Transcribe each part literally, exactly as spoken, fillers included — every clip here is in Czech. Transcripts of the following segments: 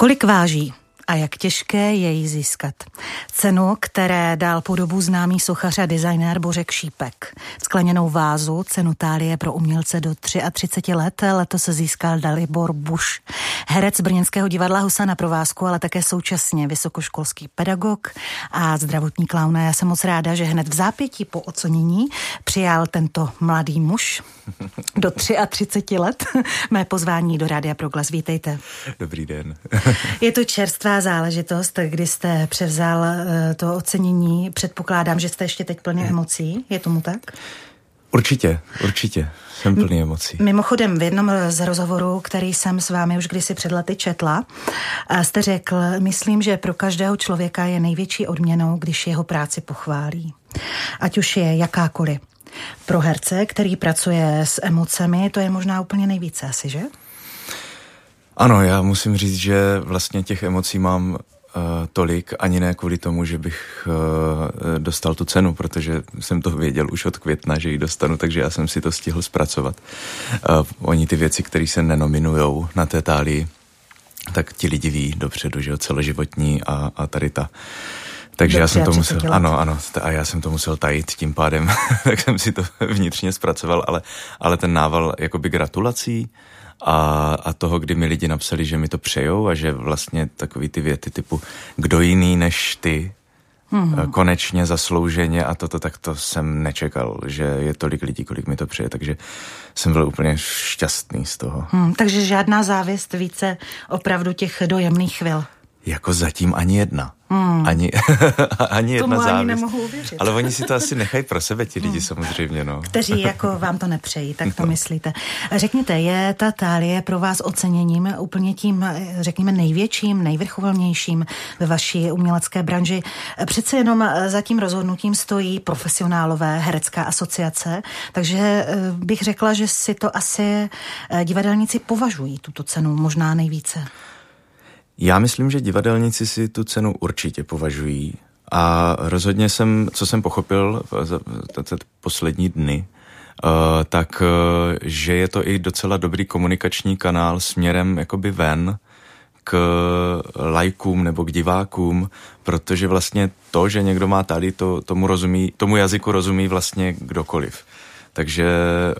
Kolik váží a jak těžké je jí získat? Cenu, které dal po dobu známý sochař a designér Bořek Šípek. Skleněnou vázu, cenu Thálie pro umělce do třicet tři let, letos se získal Dalibor Buš. Herec brněnského divadla Husa na provázku, ale také současně vysokoškolský pedagog a zdravotní klaun. Já jsem moc ráda, že hned v zápětí po ocenění přijal tento mladý muž do třicet tři let mé pozvání do Rádia Proglas. Vítejte. Dobrý den. Je to čerstvá záležitost, kdy jste převzal to ocenění. Předpokládám, že jste ještě teď plný emocí. Je tomu tak? Určitě, určitě. Jsem plný emocí. Mimochodem, v jednom z rozhovorů, který jsem s vámi už kdysi před lety četla, jste řekl, myslím, že pro každého člověka je největší odměnou, když jeho práci pochválí. Ať už je jakákoliv. Pro herce, který pracuje s emocemi, to je možná úplně nejvíce asi, že? Ano, já musím říct, že vlastně těch emocí mám uh, tolik, ani ne kvůli tomu, že bych uh, dostal tu cenu, protože jsem to věděl už od května, že ji dostanu, takže já jsem si to stihl zpracovat. Uh, oni ty věci, které se nenominujou na té Thálii, tak ti lidi ví dopředu, že jo, celoživotní a, a tady ta. Takže já jsem to musel, ano, ano, a já jsem to musel tajit tím pádem, tak jsem si to vnitřně zpracoval, ale, ale ten nával jakoby gratulací a, a toho, kdy mi lidi napsali, že mi to přejou a že vlastně takový ty věty typu kdo jiný než ty, hmm. konečně zaslouženě a toto, tak to jsem nečekal, že je tolik lidí, kolik mi to přeje, takže jsem byl úplně šťastný z toho. Hmm, takže žádná závist, více opravdu těch dojemných chvil. Jako zatím ani jedna. Hmm. Ani, ani jedna Tomu závist. Ani nemohu uvěřit. Ale oni si to asi nechají pro sebe, ti lidi hmm. samozřejmě. No. Kteří jako vám to nepřejí, tak to myslíte. Řekněte, je ta Thálie pro vás oceněním úplně tím, řekněme, největším, nejvrcholnějším ve vaší umělecké branži? Přece jenom za tím rozhodnutím stojí profesionálové, herecká asociace, takže bych řekla, že si to asi divadelníci považují, tuto cenu možná nejvíce. Já myslím, že divadelníci si tu cenu určitě považují a rozhodně jsem, co jsem pochopil za poslední dny, tak, že je to i docela dobrý komunikační kanál směrem jakoby ven k lajkům nebo k divákům, protože vlastně to, že někdo má tady, to, tomu, rozumí, tomu jazyku rozumí vlastně kdokoliv. Takže,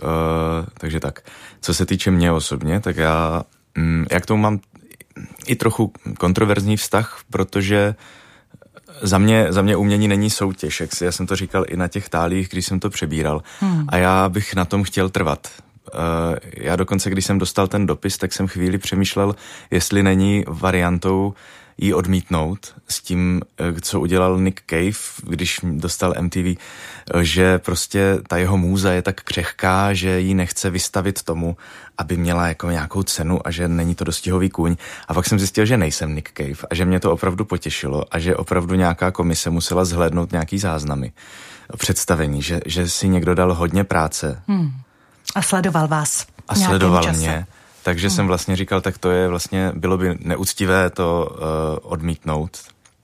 takže tak. Co se týče mě osobně, tak já, jak tomu mám i trochu kontroverzní vztah, protože za mě, za mě umění není soutěž, jak si, já jsem to říkal i na těch Tháliích, když jsem to přebíral. Hmm. A já bych na tom chtěl trvat. Uh, já dokonce, když jsem dostal ten dopis, tak jsem chvíli přemýšlel, jestli není variantou jí odmítnout s tím, co udělal Nick Cave, když dostal M T V, že prostě ta jeho můza je tak křehká, že ji nechce vystavit tomu, aby měla jako nějakou cenu a že není to dostihový kůň. A pak jsem zjistil, že nejsem Nick Cave a že mě to opravdu potěšilo a že opravdu nějaká komise musela zhlédnout nějaký záznamy, představení, že, že si někdo dal hodně práce. Hmm. A sledoval vás. A sledoval čase. Mě. Takže hmm. jsem vlastně říkal, tak to je vlastně, bylo by neúctivé to uh, odmítnout.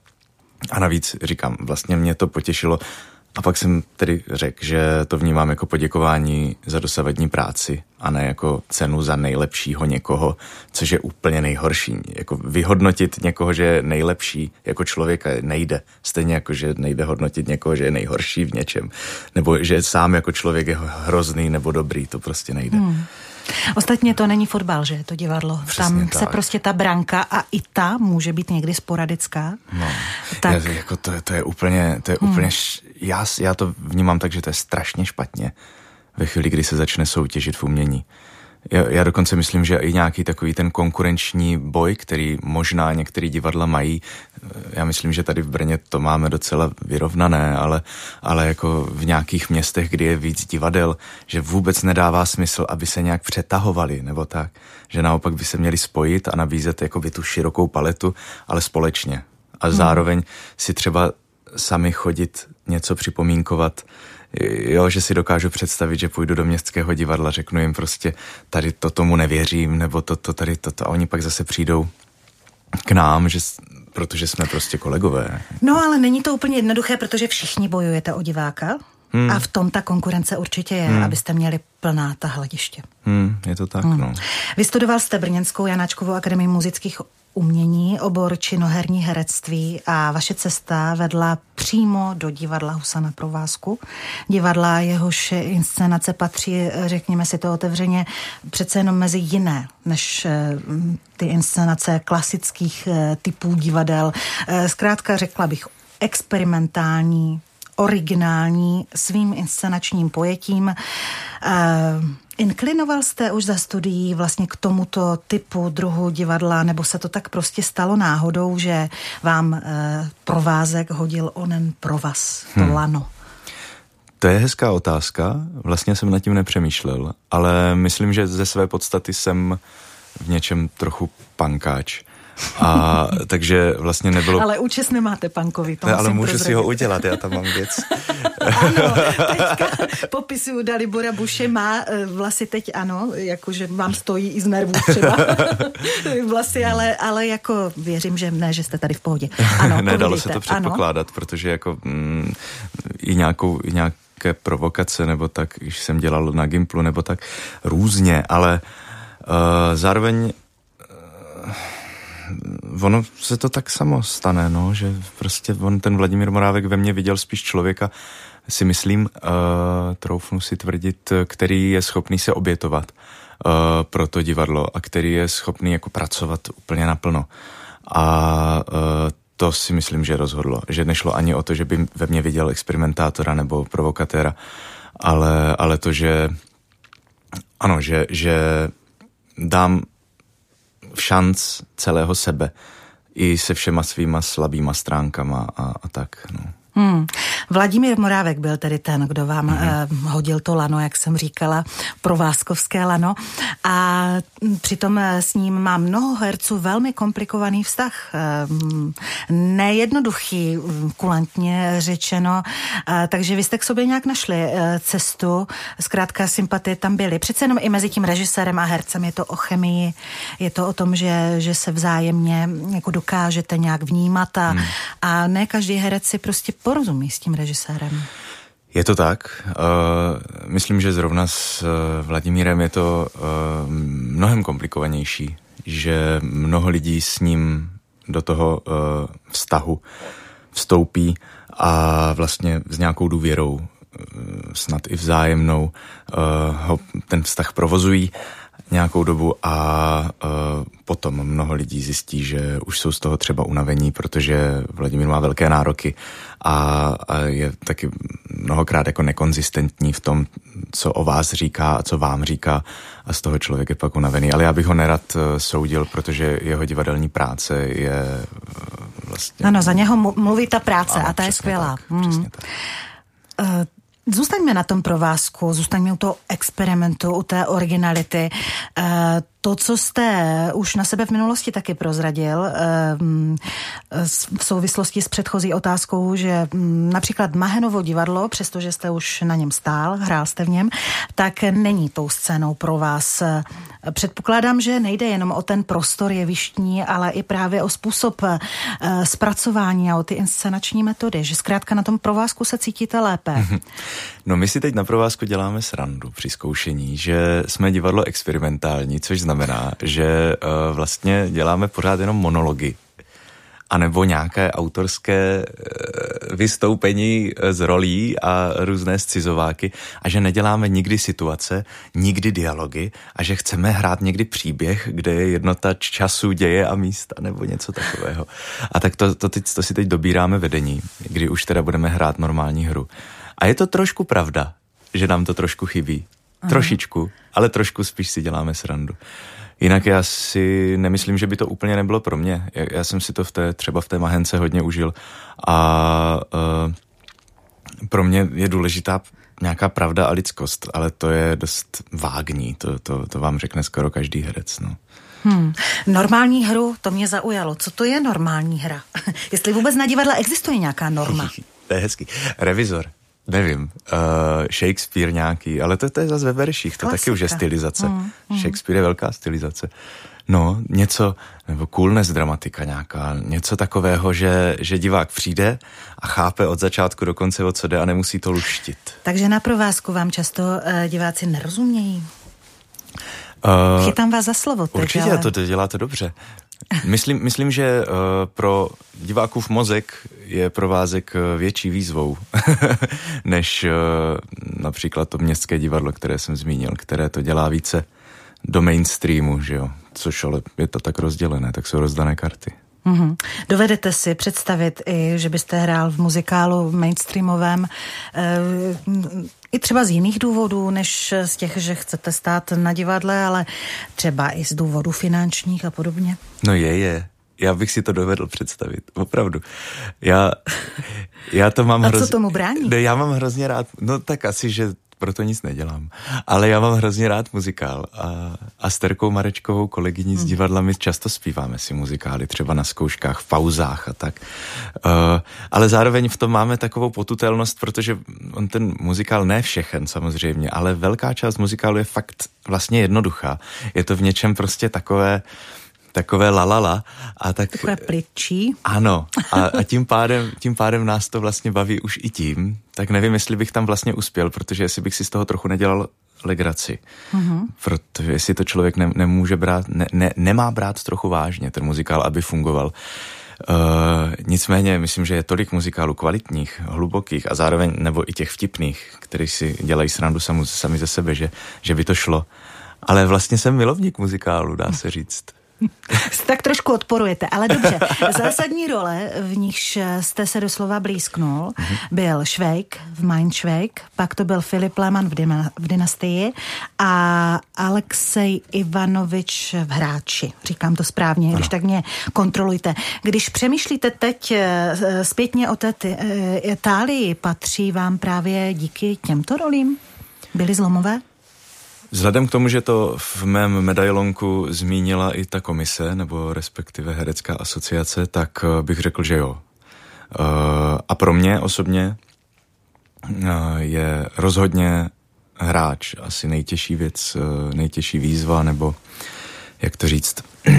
A navíc říkám, vlastně mě to potěšilo. A pak jsem tedy řekl, že to vnímám jako poděkování za dosavadní práci a ne jako cenu za nejlepšího někoho, což je úplně nejhorší. Jako vyhodnotit někoho, že je nejlepší jako člověka nejde. Stejně jako, že nejde hodnotit někoho, že je nejhorší v něčem. Nebo že sám jako člověk je hrozný nebo dobrý, to prostě nejde. Hmm. Ostatně to není fotbal, že to divadlo. Přesně Tam tak. Se prostě ta branka a i ta může být někdy sporadická. No, tak... já, jako to, to je úplně, to je hmm. úplně š... já, já to vnímám tak, že to je strašně špatně ve chvíli, kdy se začne soutěžit v umění. Já, já dokonce myslím, že i nějaký takový ten konkurenční boj, který možná některý divadla mají, já myslím, že tady v Brně to máme docela vyrovnané, ale, ale jako v nějakých městech, kdy je víc divadel, že vůbec nedává smysl, aby se nějak přetahovali, nebo tak, že naopak by se měli spojit a nabízet jako by tu širokou paletu, ale společně. A hmm. zároveň si třeba sami chodit něco připomínkovat, jo, že si dokážu představit, že půjdu do městského divadla, řeknu jim prostě, tady to tomu nevěřím, nebo toto, tady toto, a oni pak zase přijdou k nám, že, protože jsme prostě kolegové. No, ale není to úplně jednoduché, protože všichni bojujete o diváka hmm. a v tom ta konkurence určitě je, hmm. abyste měli plná ta hlediště. Hmm, je to tak, hmm. no. Vystudoval jste Brněnskou Janáčkovou akademii muzických umění, obor činoherní herectví a vaše cesta vedla přímo do divadla Husa na provázku. Divadla, jehož inscenace patří, řekněme si to otevřeně, přece jenom mezi jiné, než ty inscenace klasických typů divadel. Zkrátka řekla bych experimentální, originální, svým inscenačním pojetím. Inklinoval jste už za studií vlastně k tomuto typu druhu divadla, nebo se to tak prostě stalo náhodou, že vám eh, provázek hodil onen provaz, to hmm. lano? To je hezká otázka, vlastně jsem nad tím nepřemýšlel, ale myslím, že ze své podstaty jsem v něčem trochu pankáč. A takže vlastně nebylo... Ale účes nemáte punkový, to ne, ale můžu prozradit. si ho udělat, já tam mám věc. Ano, teďka popisuju Dalibora Buše, má vlasy teď, ano, jakože vám stojí i z nervů třeba vlasy, ale, ale jako věřím, že ne, že jste tady v pohodě. Ano, nedalo se to předpokládat, ano. Protože jako mm, i nějakou, i nějaké provokace, nebo tak, když jsem dělal na Gimplu, nebo tak různě, ale uh, zároveň uh, ono se to tak samo stane, no, že prostě on, ten Vladimír Morávek ve mně viděl spíš člověka, si myslím, uh, troufnu si tvrdit, který je schopný se obětovat uh, pro to divadlo a který je schopný jako pracovat úplně naplno. A uh, to si myslím, že rozhodlo, že nešlo ani o to, že by ve mně viděl experimentátora nebo provokatéra, ale, ale to, že ano, že, že dám v šanc celého sebe i se všema svýma slabýma stránkama a, a tak, no. Hmm. Vladimír Morávek byl tedy ten, kdo vám mm-hmm. eh, hodil to lano, jak jsem říkala, provázkovské lano. A přitom s ním má mnoho herců velmi komplikovaný vztah. Eh, nejednoduchý, kulantně řečeno. Eh, takže vy jste k sobě nějak našli eh, cestu. Zkrátka sympatie tam byly. Přece jenom i mezi tím režisérem a hercem je to o chemii. Je to o tom, že, že se vzájemně jako dokážete nějak vnímat a, hmm. a ne každý herec si prostě porozumí s tím režisérem. Je to tak. Uh, myslím, že zrovna s uh, Vladimírem je to uh, mnohem komplikovanější, že mnoho lidí s ním do toho uh, vztahu vstoupí a vlastně s nějakou důvěrou, uh, snad i vzájemnou, uh, ho ten vztah provozují nějakou dobu a uh, potom mnoho lidí zjistí, že už jsou z toho třeba unavení, protože Vladimír má velké nároky a, a je taky mnohokrát jako nekonzistentní v tom, co o vás říká a co vám říká a z toho člověk je pak unavený. Ale já bych ho nerad uh, soudil, protože jeho divadelní práce je uh, vlastně... Ano, za něho mluví ta práce ano, a ta je skvělá. Tak, hmm. Přesně tak. Uh, Zůstaňme na tom provázku, zůstaňme u toho experimentu, u té originality. To, co jste už na sebe v minulosti taky prozradil, v souvislosti s předchozí otázkou, že například Mahenovo divadlo, přestože jste už na něm stál, hrál jste v něm, tak není tou scénou pro vás. Předpokládám, že nejde jenom o ten prostor jevištní, ale i právě o způsob zpracování a o ty inscenační metody, že zkrátka na tom provázku se cítíte lépe. No my si teď na provázku děláme srandu při zkoušení, že jsme divadlo experimentální, což znamená, že uh, vlastně děláme pořád jenom monology anebo nějaké autorské uh, vystoupení z rolí a různé scizováky a že neděláme nikdy situace, nikdy dialogy a že chceme hrát někdy příběh, kde je jednota času, děje a místa nebo něco takového. A tak to, to, teď, to si teď dobíráme vedení, kdy už teda budeme hrát normální hru. A je to trošku pravda, že nám to trošku chybí. Aha. Trošičku, ale trošku spíš si děláme srandu. Jinak já si nemyslím, že by to úplně nebylo pro mě. Já, já jsem si to v té, třeba v té Mahence hodně užil a uh, pro mě je důležitá nějaká pravda a lidskost, ale to je dost vágní, to, to, to vám řekne skoro každý herec, no. Hmm. Normální hru, to mě zaujalo. Co to je normální hra? Jestli vůbec na divadle existuje nějaká norma? To je hezký. Revizor. Nevím, uh, Shakespeare nějaký, ale to, to je zase ve verších, to Klasika. Taky už je stylizace. Mm, mm. Shakespeare je velká stylizace. No, něco, nebo coolness dramatika nějaká, něco takového, že, že divák přijde a chápe od začátku do konce, o co jde a nemusí to luštit. Takže na provázku vám často uh, diváci nerozumějí? Uh, Chytám vás za slovo teď, určitě, ale... to děláte dobře. Myslím, myslím, že uh, pro divákův mozek je provázek větší výzvou, než uh, například to Městské divadlo, které jsem zmínil, které to dělá více do mainstreamu, že jo, což ale je to tak rozdělené, tak jsou rozdané karty. Mm-hmm. Dovedete si představit i, že byste hrál v muzikálu mainstreamovém e, i třeba z jiných důvodů, než z těch, že chcete stát na divadle, ale třeba i z důvodů finančních a podobně? No je, je. Já bych si to dovedl představit, opravdu. Já, já to mám a hrozně... co tomu brání? Ne, já mám hrozně rád, no tak asi, že proto nic nedělám. Ale já mám hrozně rád muzikál a, a s Terkou Marečkovou, kolegyní z divadla, my často zpíváme si muzikály, třeba na zkouškách, v pauzách a tak. Uh, ale zároveň v tom máme takovou potutelnost, protože on ten muzikál ne všechen samozřejmě, ale velká část muzikálu je fakt vlastně jednoduchá. Je to v něčem prostě takové takové lalala. A tak, takové plitčí. Ano. A, a tím, pádem, tím pádem nás to vlastně baví už i tím. Tak nevím, jestli bych tam vlastně uspěl, protože jestli bych si z toho trochu nedělal legraci. Mm-hmm. Protože jestli to člověk ne, nemůže brát, ne, ne, nemá brát trochu vážně ten muzikál, aby fungoval. Uh, nicméně, myslím, že je tolik muzikálů kvalitních, hlubokých a zároveň, nebo i těch vtipných, kteří si dělají srandu sami, sami ze sebe, že, že by to šlo. Ale vlastně jsem milovník muzikálu, dá se říct. Tak trošku odporujete, ale dobře. Zásadní role, v nichž jste se doslova blízknul, mm-hmm. byl Švejk v Mein Švejk, pak to byl Filip Lehmann v, Dyma, v Dynastii a Alexej Ivanovič v Hráči. Říkám to správně, ano. Když tak mě kontrolujte. Když přemýšlíte teď zpětně o té Itálii, patří vám právě díky těmto rolím? Byly zlomové? Vzhledem k tomu, že to v mém medailonku zmínila i ta komise, nebo respektive herecká asociace, tak bych řekl, že jo. A pro mě osobně je rozhodně Hráč asi nejtěžší věc, nejtěžší výzva, nebo jak to říct.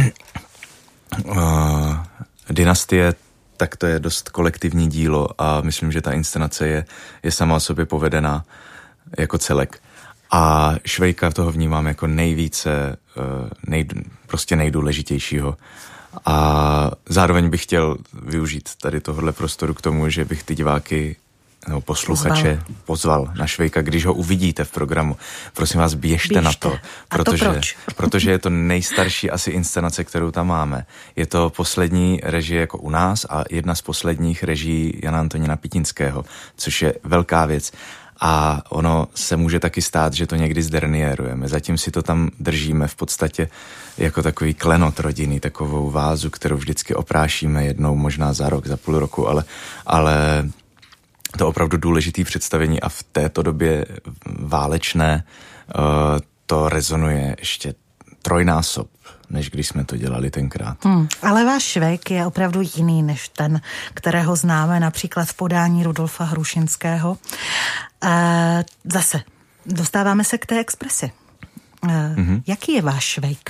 Dynastie, tak to je dost kolektivní dílo a myslím, že ta inscenace je, je sama o sobě povedená jako celek. A Švejka toho vnímám jako nejvíce, nej, prostě nejdůležitějšího. A zároveň bych chtěl využít tady tohohle prostoru k tomu, že bych ty diváky nebo posluchače pozval, pozval na Švejka, když ho uvidíte v programu. Prosím vás, běžte, běžte. na to, protože, to proč? protože je to nejstarší asi inscenace, kterou tam máme. Je to poslední režie jako u nás a jedna z posledních režií Jana Antonína Pitinského, což je velká věc. A ono se může taky stát, že to někdy zderniérujeme. Zatím si to tam držíme v podstatě jako takový klenot rodiny, takovou vázu, kterou vždycky oprášíme jednou, možná za rok, za půl roku, ale, ale to opravdu důležitý představení a v této době válečné uh, to rezonuje ještě trojnásob, než když jsme to dělali tenkrát. Hmm, ale váš Švejk je opravdu jiný než ten, kterého známe například v podání Rudolfa Hrušinského. E, zase, dostáváme se k té expresi. E, mm-hmm. Jaký je váš Švejk?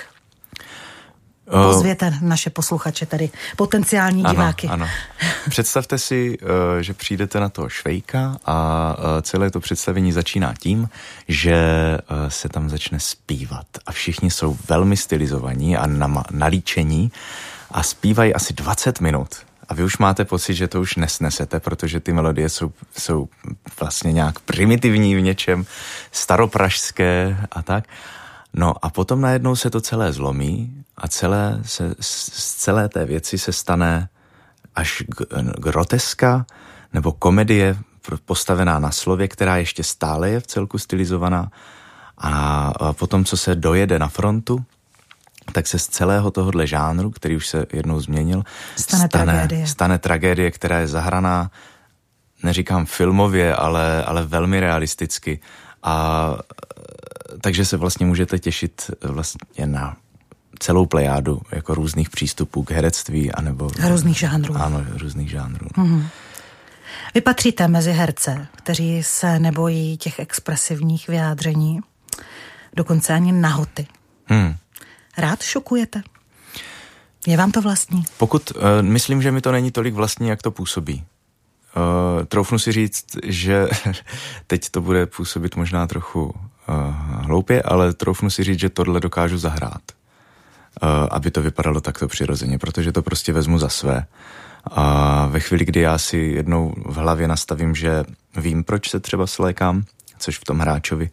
Pozvěte naše posluchače, tady potenciální diváky. Ano, ano. Představte si, že přijdete na toho Švejka a celé to představení začíná tím, že se tam začne zpívat a všichni jsou velmi stylizovaní a nalíčení a zpívají asi dvacet minut. A vy už máte pocit, že to už nesnesete, protože ty melodie jsou, jsou vlastně nějak primitivní v něčem, staropražské a tak. No a potom najednou se to celé zlomí a celé se, z celé té věci se stane až groteska nebo komedie postavená na slově, která ještě stále je v celku stylizovaná a potom, co se dojede na frontu, tak se z celého tohohle žánru, který už se jednou změnil, stane, stane, tragédie. stane tragédie, která je zahraná, neříkám filmově, ale, ale velmi realisticky. A takže se vlastně můžete těšit vlastně na celou plejádu jako různých přístupů k herectví anebo různých žánrů. Ano, různých žánrů. Mm-hmm. Vy patříte mezi herce, kteří se nebojí těch expresivních vyjádření, dokonce ani nahoty. Hmm. Rád šokujete? Je vám to vlastní? Pokud, uh, myslím, že mi to není tolik vlastní, jak to působí. Uh, troufnu si říct, že teď to bude působit možná trochu uh, hloupě, ale troufnu si říct, že tohle dokážu zahrát. aby to vypadalo takto přirozeně, protože to prostě vezmu za své. A ve chvíli, kdy já si jednou v hlavě nastavím, že vím, proč se třeba svlékám, což v tom Hráčovi,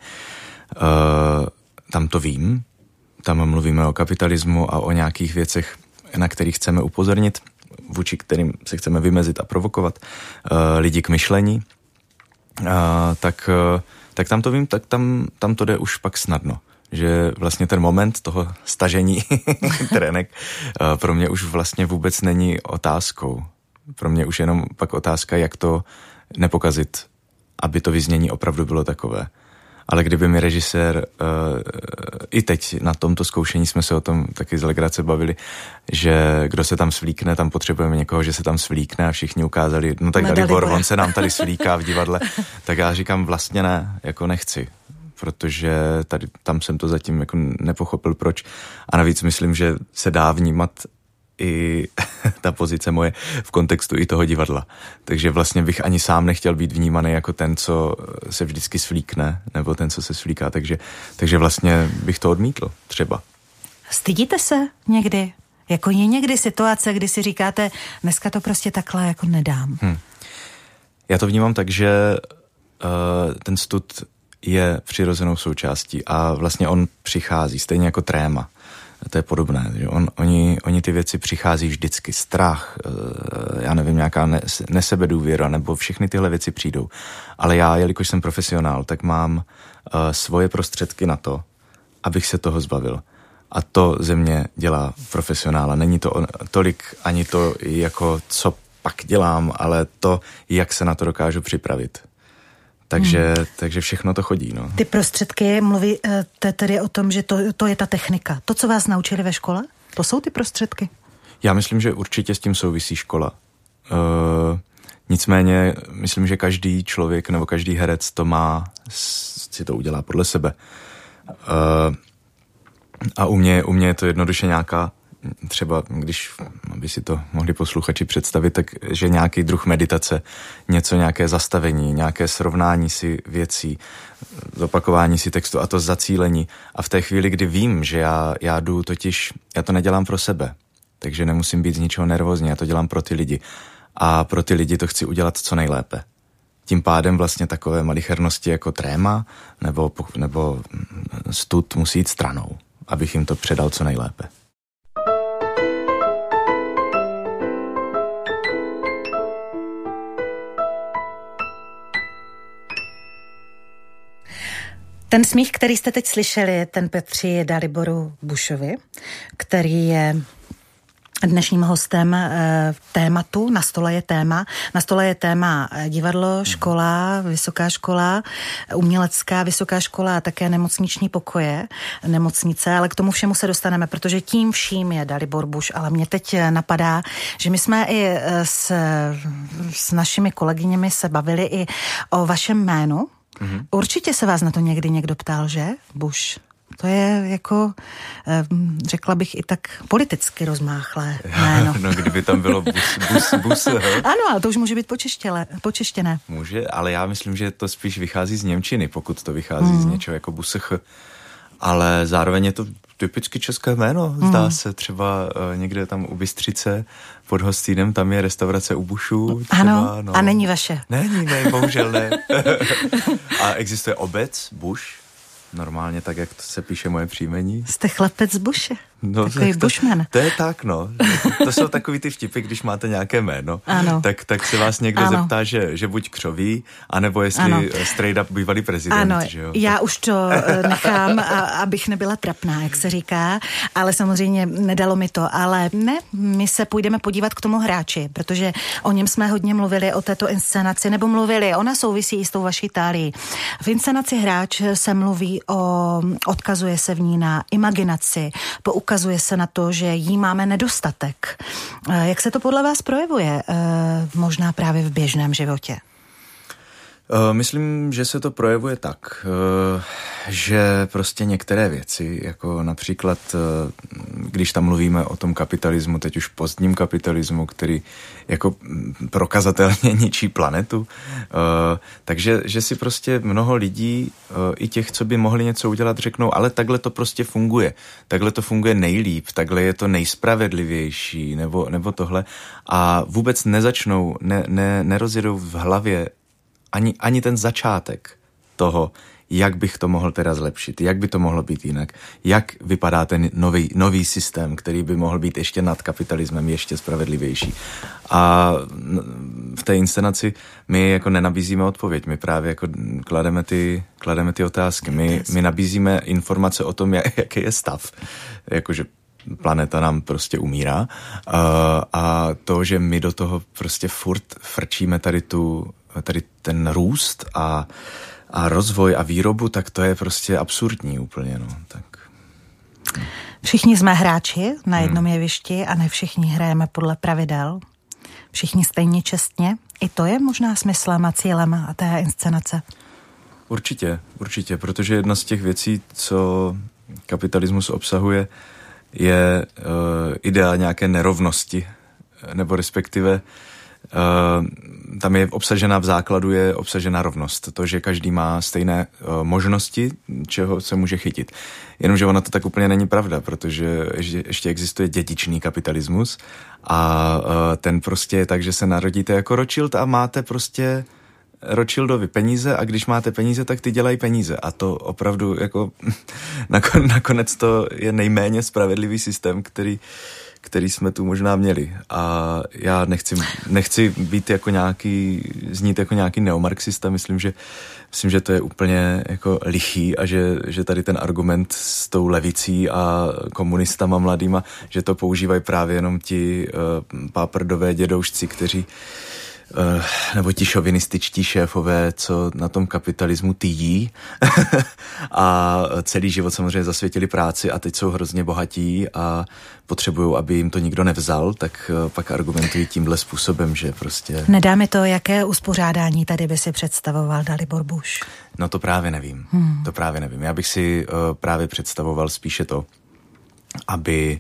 uh, tam to vím, tam mluvíme o kapitalismu a o nějakých věcech, na kterých chceme upozornit, vůči kterým se chceme vymezit a provokovat uh, lidi k myšlení, uh, tak, uh, tak tam to vím, tak tam, tam to jde už pak snadno. Že vlastně ten moment toho stažení trenek uh, pro mě už vlastně vůbec není otázkou. Pro mě už jenom pak otázka, jak to nepokazit, aby to vyznění opravdu bylo takové. Ale kdyby mi režisér, uh, i teď na tomto zkoušení jsme se o tom taky z legrace bavili, že kdo se tam svlíkne, tam potřebujeme někoho, že se tam svlíkne a všichni ukázali, no tak Dalibor, on se nám tady svlíká v divadle, tak já říkám vlastně ne, jako nechci, protože tady, tam jsem to zatím jako nepochopil proč a navíc myslím, že se dá vnímat i ta pozice moje v kontextu i toho divadla. Takže vlastně bych ani sám nechtěl být vnímaný jako ten, co se vždycky svlíkne, nebo ten, co se svlíká, takže, takže vlastně bych to odmítl třeba. Stydíte se někdy? Jako je někdy situace, kdy si říkáte, dneska to prostě takhle jako nedám? Hmm. Já to vnímám tak, že uh, ten stud je přirozenou součástí a vlastně on přichází, stejně jako tréma. To je podobné, že on, oni, oni ty věci přichází vždycky, strach, já nevím, nějaká ne, nesebedůvěra, nebo všechny tyhle věci přijdou. Ale já, jelikož jsem profesionál, tak mám uh, svoje prostředky na to, abych se toho zbavil. A to ze mě dělá profesionála. Není to on, tolik ani to, jako co pak dělám, ale to, jak se na to dokážu připravit. Takže, hmm. takže všechno to chodí. No. Ty prostředky mluví te, tedy o tom, že to, to je ta technika. To, co vás naučili ve škole, to jsou ty prostředky? Já myslím, že určitě s tím souvisí škola. Uh, nicméně myslím, že každý člověk nebo každý herec to má, si to udělá podle sebe. Uh, a u mě, u mě je to jednoduše nějaká, třeba když, aby si to mohli posluchači představit, tak že nějaký druh meditace, něco, nějaké zastavení, nějaké srovnání si věcí, zopakování si textu a to zacílení. A v té chvíli, kdy vím, že já, já jdu totiž, já to nedělám pro sebe, takže nemusím být z ničeho nervózní, já to dělám pro ty lidi. A pro ty lidi to chci udělat co nejlépe. Tím pádem vlastně takové malichernosti jako tréma nebo, nebo stud musí jít stranou, abych jim to předal co nejlépe. Ten smích, který jste teď slyšeli, ten patří Daliboru Bušovi, který je dnešním hostem e, tématu. Na stole je téma. Na stole je téma divadlo, škola, vysoká škola, umělecká vysoká škola a také nemocniční pokoje, nemocnice, ale k tomu všemu se dostaneme, protože tím vším je Dalibor Buš, ale mě teď napadá, že my jsme i s, s našimi kolegyněmi se bavili i o vašem jménu. Mm-hmm. Určitě se vás na to někdy někdo ptal, že? Buš. To je jako, řekla bych i tak politicky rozmáchlé jméno. No, kdyby tam bylo bus, bus, bus. Ano, ale to už může být počeštěné. Může, ale já myslím, že to spíš vychází z němčiny, pokud to vychází mm. z něčeho jako busech. Ale zároveň je to typicky české jméno, zdá mm. se, třeba uh, někde tam u Bystřice pod Hostýnem, tam je restaurace u Bušů. Třeba, ano, no. A není vaše. Není, ne, bohužel ne. A existuje obec, Buš, normálně tak, jak to se píše moje příjmení. Jste chlapec z Buše. No, takový to, bušman. To je tak, no. To jsou takový ty vtipy, když máte nějaké jméno. Ano. Tak, tak se vás někdo ano. zeptá, že, že buď křoví, anebo jestli ano. straight up bývalý prezident. Ano, že jo? Já už to nechám, a, abych nebyla trapná, jak se říká, ale samozřejmě nedalo mi to. Ale ne, my se půjdeme podívat k tomu Hráči, protože o něm jsme hodně mluvili, o této inscenaci, nebo mluvili, ona souvisí i s tou vaší Itálií. V inscenaci Hráč se mluví o, odkazuje se v ní na imaginaci, poukazuje se na to, že jí máme nedostatek. Jak se to podle vás projevuje možná právě v běžném životě? Myslím, že se to projevuje tak, že prostě některé věci, jako například, když tam mluvíme o tom kapitalismu, teď už pozdním kapitalismu, který jako prokazatelně ničí planetu, takže že si prostě mnoho lidí, i těch, co by mohli něco udělat, řeknou, ale takhle to prostě funguje, takhle to funguje nejlíp, takhle je to nejspravedlivější, nebo, nebo tohle a vůbec nezačnou, ne, ne, nerozjedou v hlavě Ani, ani ten začátek toho, jak bych to mohl teda zlepšit, jak by to mohlo být jinak, jak vypadá ten nový, nový systém, který by mohl být ještě nad kapitalismem, ještě spravedlivější. A v té inscenaci my jako nenabízíme odpověď, my právě jako klademe ty, klademe ty otázky, my, my nabízíme informace o tom, jak, jaký je stav, jakože planeta nám prostě umírá a, a to, že my do toho prostě furt frčíme tady tu tady ten růst a, a rozvoj a výrobu, tak to je prostě absurdní úplně, no, tak. Všichni jsme hráči na jednom hmm. jevišti a ne všichni hrajeme podle pravidel. Všichni stejně čestně. I to je možná smyslem a cílem a té inscenace. Určitě, určitě, protože jedna z těch věcí, co kapitalismus obsahuje, je uh, idea nějaké nerovnosti, nebo respektive Uh, tam je obsažená v základu, je obsažená rovnost. To, že každý má stejné uh, možnosti, čeho se může chytit. Jenomže ona to tak úplně není pravda, protože ještě, ještě existuje dědičný kapitalismus a uh, ten prostě je tak, že se narodíte jako Rothschild a máte prostě Rothschildovi peníze a když máte peníze, tak ty dělají peníze. A to opravdu jako nakonec to je nejméně spravedlivý systém, který který jsme tu možná měli. A já nechci, nechci být jako nějaký, znít jako nějaký neomarxista, myslím, že, myslím, že to je úplně jako lichý a že, že tady ten argument s tou levicí a komunistama mladýma, že to používají právě jenom ti uh, páprdové dědoušci, kteří Uh, nebo ti šovinističtí šéfové, co na tom kapitalismu tyjí a celý život samozřejmě zasvětili práci a teď jsou hrozně bohatí a potřebují, aby jim to nikdo nevzal, tak uh, pak argumentují tímhle způsobem, že prostě... Nedá mi to, jaké uspořádání tady by si představoval Dalibor Buš? No to právě nevím, hmm. to právě nevím. Já bych si uh, právě představoval spíše to, aby,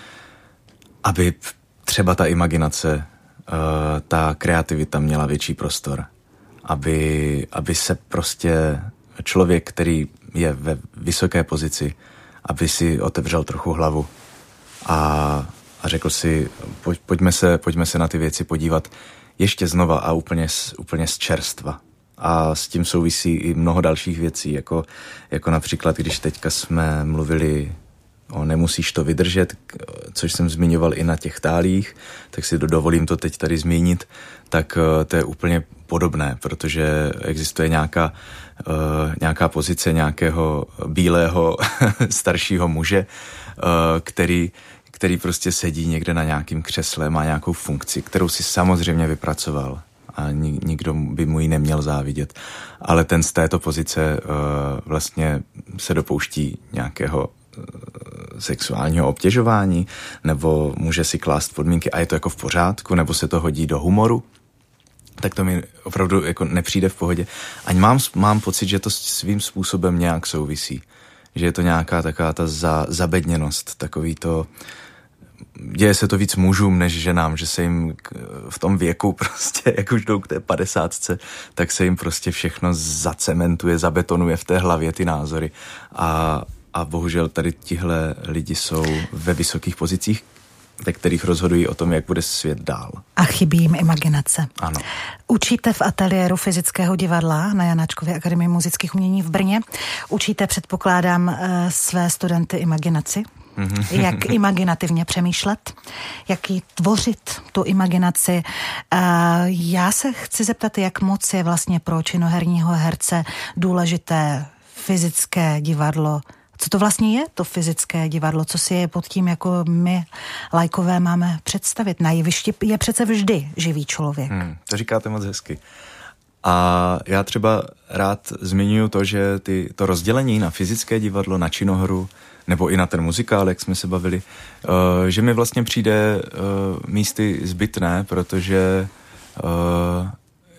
aby třeba ta imaginace Uh, ta kreativita měla větší prostor, aby, aby se prostě člověk, který je ve vysoké pozici, aby si otevřel trochu hlavu a, a řekl si, pojď, pojďme se, pojďme se na ty věci podívat ještě znova a úplně z, úplně z čerstva. A s tím souvisí i mnoho dalších věcí, jako, jako například, když teďka jsme mluvili o Nemusíš to vydržet, což jsem zmiňoval i na těch tálích, tak si dovolím to teď tady zmínit, tak to je úplně podobné, protože existuje nějaká, uh, nějaká pozice nějakého bílého staršího muže, uh, který, který prostě sedí někde na nějakým křesle, má nějakou funkci, kterou si samozřejmě vypracoval a nikdo by mu ji neměl závidět. Ale ten z této pozice uh, vlastně se dopouští nějakého sexuálního obtěžování, nebo může si klást podmínky a je to jako v pořádku, nebo se to hodí do humoru, tak to mi opravdu jako nepřijde v pohodě. Ani mám, mám pocit, že to svým způsobem nějak souvisí. Že je to nějaká taková ta za, zabedněnost, takový to, děje se to víc mužům než ženám, že se jim v tom věku prostě, jak už jdou k té padesátce, tak se jim prostě všechno zacementuje, zabetonuje v té hlavě ty názory a A bohužel tady tihle lidi jsou ve vysokých pozicích, ve kterých rozhodují o tom, jak bude svět dál. A chybí jim imaginace. Ano. Učíte v ateliéru fyzického divadla na Janáčkově akademii muzických umění v Brně. Učíte, předpokládám, své studenty imaginaci. Mm-hmm. Jak imaginativně přemýšlet, jak ji tvořit, tu imaginaci. Já se chci zeptat, jak moc je vlastně pro činoherního herce důležité fyzické divadlo. Co to vlastně je, to fyzické divadlo? Co si je pod tím, jako my lajkové máme představit? Na jevišti je přece vždy živý člověk. Hmm, to říkáte moc hezky. A já třeba rád zmiňuji to, že ty, to rozdělení na fyzické divadlo, na činohru, nebo i na ten muzikál, jak jsme se bavili, uh, že mi vlastně přijde uh, místy zbytné, protože uh,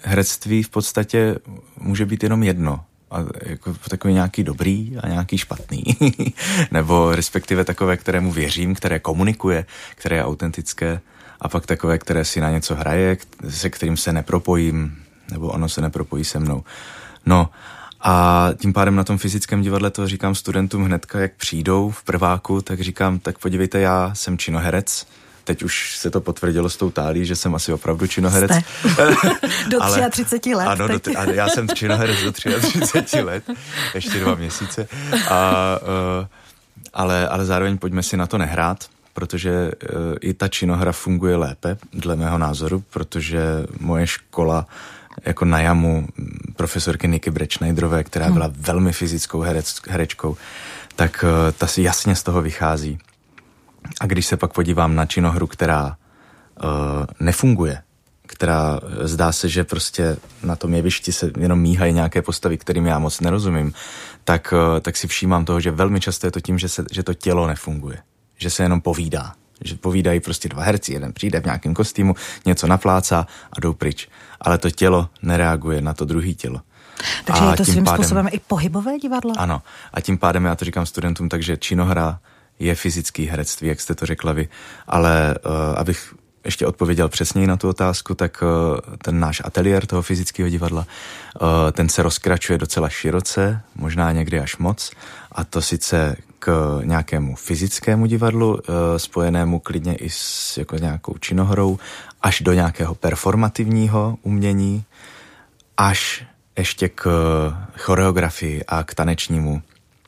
herectví v podstatě může být jenom jedno. A jako takový nějaký dobrý a nějaký špatný. Nebo respektive takové, kterému věřím, které komunikuje, které je autentické. A pak takové, které si na něco hraje, se kterým se nepropojím, nebo ono se nepropojí se mnou. No a tím pádem na tom fyzickém divadle to říkám studentům hnedka, jak přijdou v prváku, tak říkám, tak podívejte, já jsem činoherec. Teď už se to potvrdilo s tou Tálí, že jsem asi opravdu činoherec. do třiatřiceti let. Ano, do, a já jsem činoherec do třiatřiceti let, ještě dva měsíce. A, uh, ale, ale zároveň pojďme si na to nehrát, protože uh, i ta činohra funguje lépe, dle mého názoru, protože moje škola jako na jamu profesorky Niky Brečnejdrové, která byla hmm. velmi fyzickou herec, herečkou, tak uh, ta si jasně z toho vychází. A když se pak podívám na činohru, která uh, nefunguje, která zdá se, že prostě na tom jevišti se jenom míhají nějaké postavy, kterým já moc nerozumím, tak, uh, tak si všímám toho, že velmi často je to tím, že, se, že to tělo nefunguje. Že se jenom povídá. Že povídají prostě dva herci, jeden přijde v nějakém kostýmu, něco naplácá a jdou pryč. Ale to tělo nereaguje na to druhé tělo. Takže a je to svým pádem, způsobem i pohybové divadlo? Ano. A tím pádem já to říkám studentům, takže činohra je fyzický herectví, jak jste to řekla vy. Ale uh, abych ještě odpověděl přesněji na tu otázku, tak uh, ten náš ateliér toho fyzického divadla, uh, ten se rozkračuje docela široce, možná někdy až moc, a to sice k nějakému fyzickému divadlu, uh, spojenému klidně i s jako nějakou činohrou, až do nějakého performativního umění, až ještě k choreografii a k tanečnímu,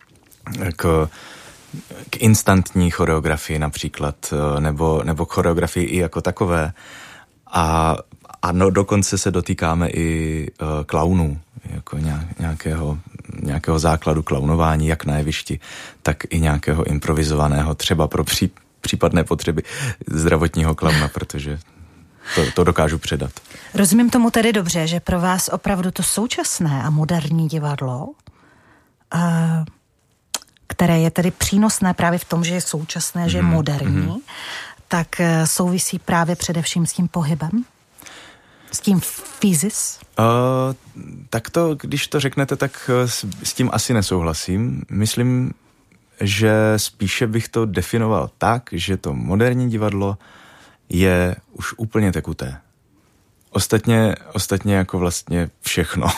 k k instantní choreografii například, nebo, nebo k choreografii i jako takové. A, a no, dokonce se dotýkáme i uh, klaunů, jako nějakého, nějakého základu klaunování, jak na jevišti, tak i nějakého improvizovaného, třeba pro pří, případné potřeby zdravotního klauna, protože to, to dokážu předat. Rozumím tomu tedy dobře, že pro vás opravdu to současné a moderní divadlo uh, které je tedy přínosné právě v tom, že je současné, mm, že je moderní, mm. tak souvisí právě především s tím pohybem? S tím fyzis? Uh, tak to, když to řeknete, tak s, s tím asi nesouhlasím. Myslím, že spíše bych to definoval tak, že to moderní divadlo je už úplně tekuté. Ostatně, ostatně jako vlastně všechno.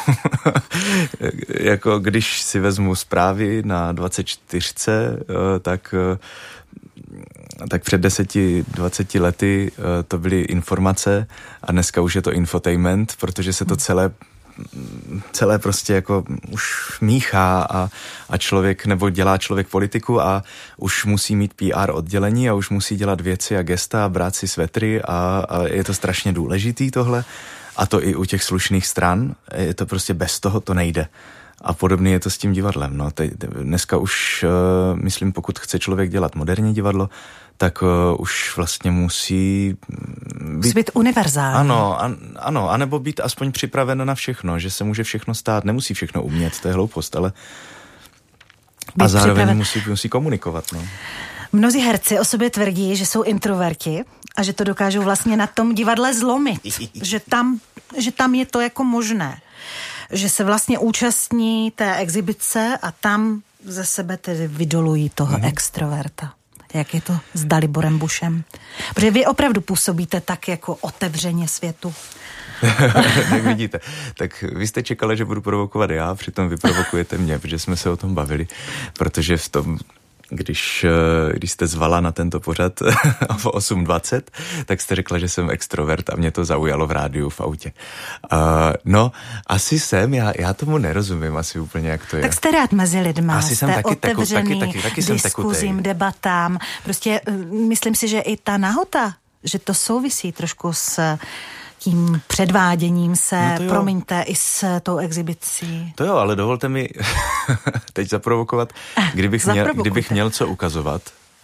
Jako když si vezmu zprávy na dvacet čtyři, tak, tak před deseti, dvaceti lety to byly informace a dneska už je to infotainment, protože se to celé celé prostě jako už míchá a, a člověk, nebo dělá člověk politiku a už musí mít P R oddělení a už musí dělat věci a gesta a brát si svetry a, a je to strašně důležitý tohle a to i u těch slušných stran, je to prostě bez toho to nejde. A podobně je to s tím divadlem. No. Teď, dneska už, uh, myslím, pokud chce člověk dělat moderní divadlo, tak uh, už vlastně musí být, být univerzální. Ano, an, ano, anebo být aspoň připraven na všechno, že se může všechno stát, nemusí všechno umět, to je hloupost, ale být a zároveň musí, musí komunikovat. No. Mnozí herci o sobě tvrdí, že jsou introverti a že to dokážou vlastně na tom divadle zlomit, že tam, že tam je to jako možné. Že se vlastně účastní té exibice a tam ze sebe tedy vydolují toho mm. extroverta. Jak je to s Daliborem Bušem? Protože vy opravdu působíte tak jako otevřeně světu. Tak vidíte. Tak vy jste čekali, že budu provokovat já, přitom vy provokujete mě, protože jsme se o tom bavili, protože v tom Když, když jste zvala na tento pořad v osm dvacet, tak jste řekla, že jsem extrovert a mě to zaujalo v rádiu v autě. Uh, no, asi jsem, já, já tomu nerozumím asi úplně, jak to je. Tak jste rád mezi lidma, asi jste jsem taky, otevřený taky, taky, taky diskuzím, debatám. Prostě myslím si, že i ta nahota, že to souvisí trošku s tím předváděním se, no promiňte, i s tou exibicí. To jo, ale dovolte mi teď zaprovokovat, kdybych měl, kdybych měl co ukazovat,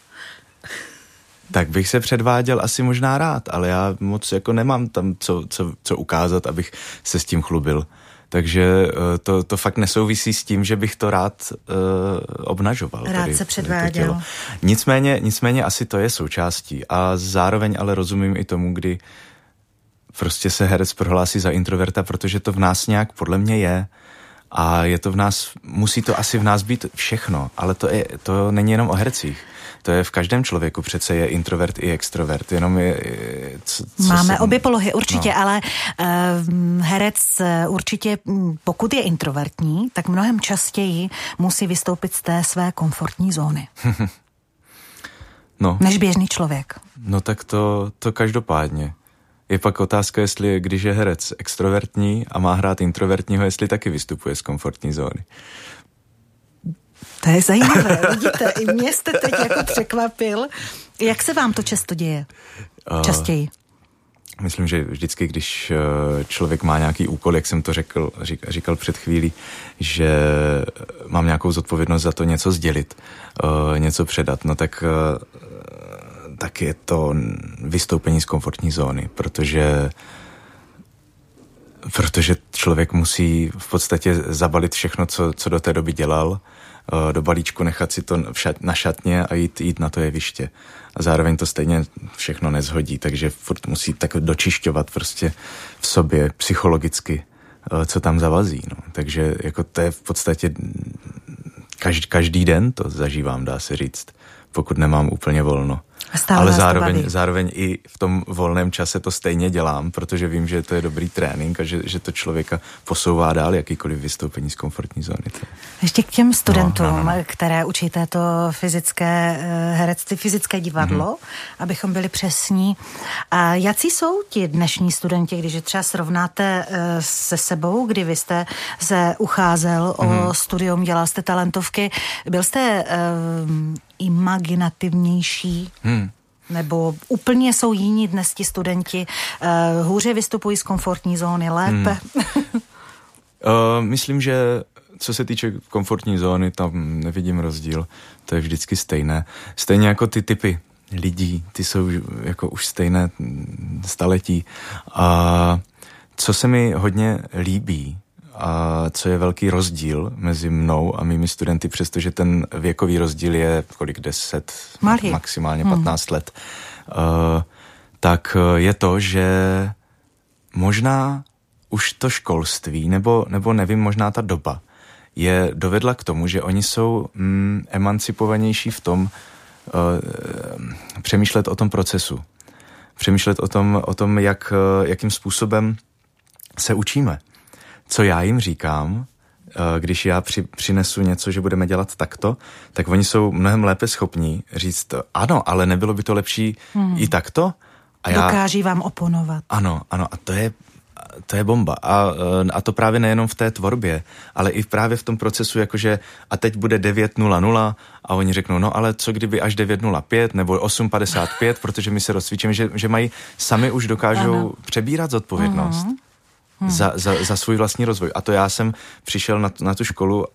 tak bych se předváděl asi možná rád, ale já moc jako nemám tam co, co, co ukázat, abych se s tím chlubil. Takže to, to fakt nesouvisí s tím, že bych to rád uh, obnažoval. Rád tady, se předváděl. Nicméně, nicméně asi to je součástí a zároveň ale rozumím i tomu, kdy prostě se herec prohlásí za introverta, protože to v nás nějak podle mě je a je to v nás, musí to asi v nás být všechno, ale to, je, to není jenom o hercích. To je v každém člověku, přece je introvert i extrovert, jenom je... je co, co Máme se, obě polohy, určitě, no. ale uh, herec určitě, pokud je introvertní, tak mnohem častěji musí vystoupit z té své komfortní zóny. no. Než běžný člověk. No tak to, to každopádně. Je pak otázka, jestli když je herec extrovertní a má hrát introvertního, jestli taky vystupuje z komfortní zóny. To je zajímavé, vidíte, i mě jste teď jako překvapil. Jak se vám to často děje? Častěji? Uh, myslím, že vždycky, když člověk má nějaký úkol, jak jsem to řekl, říkal, říkal před chvílí, že mám nějakou zodpovědnost za to něco sdělit, uh, něco předat, no tak, uh, tak je to vystoupení z komfortní zóny, protože protože člověk musí v podstatě zabalit všechno, co, co do té doby dělal, do balíčku, nechat si to na šatně a jít, jít na to jeviště. A zároveň to stejně všechno nezhodí, takže furt musí tak dočišťovat prostě v sobě psychologicky, co tam zavazí. No. Takže jako to je v podstatě každý, každý den to zažívám, dá se říct, pokud nemám úplně volno. Ale zároveň, zároveň i v tom volném čase to stejně dělám, protože vím, že to je dobrý trénink a že, že to člověka posouvá dál, jakýkoliv vystoupení z komfortní zóny. Ještě k těm studentům, no, no, no. které učíte to fyzické herectví, fyzické divadlo, mm-hmm. abychom byli přesní. A jací jsou ti dnešní studenti, když je třeba srovnáte se sebou, kdy vy jste se ucházel mm-hmm. o studium, dělal jste talentovky, byl jste um, imaginativnější, hmm. nebo úplně jsou jiní dnes ti studenti, uh, hůře vystupují z komfortní zóny, lépe? Hmm. uh, myslím, že co se týče komfortní zóny, tam nevidím rozdíl, to je vždycky stejné. Stejně jako ty typy lidí, ty jsou jako už stejné staletí. A co se mi hodně líbí, a co je velký rozdíl mezi mnou a mými studenty, přestože ten věkový rozdíl je kolik deset, Malý. maximálně hmm. patnáct let, uh, tak je to, že možná už to školství, nebo, nebo nevím, možná ta doba, je dovedla k tomu, že oni jsou mm, emancipovanější v tom uh, přemýšlet o tom procesu. Přemýšlet o tom, o tom jak, jakým způsobem se učíme. Co já jim říkám, když já při, přinesu něco, že budeme dělat takto, tak oni jsou mnohem lépe schopní říct, ano, ale nebylo by to lepší hmm. i takto? A já, dokáží vám oponovat. Ano, ano, a to je, to je bomba. A, a to právě nejenom v té tvorbě, ale i právě v tom procesu, jakože a teď bude devět nula nula a oni řeknou, no ale co kdyby až devět nula pět nebo osm padesát pět, protože my se rozcvičíme, že, že mají, sami už dokážou ano. přebírat zodpovědnost. Uh-huh. Hmm. Za, za, za svůj vlastní rozvoj. A to já jsem přišel na, na tu školu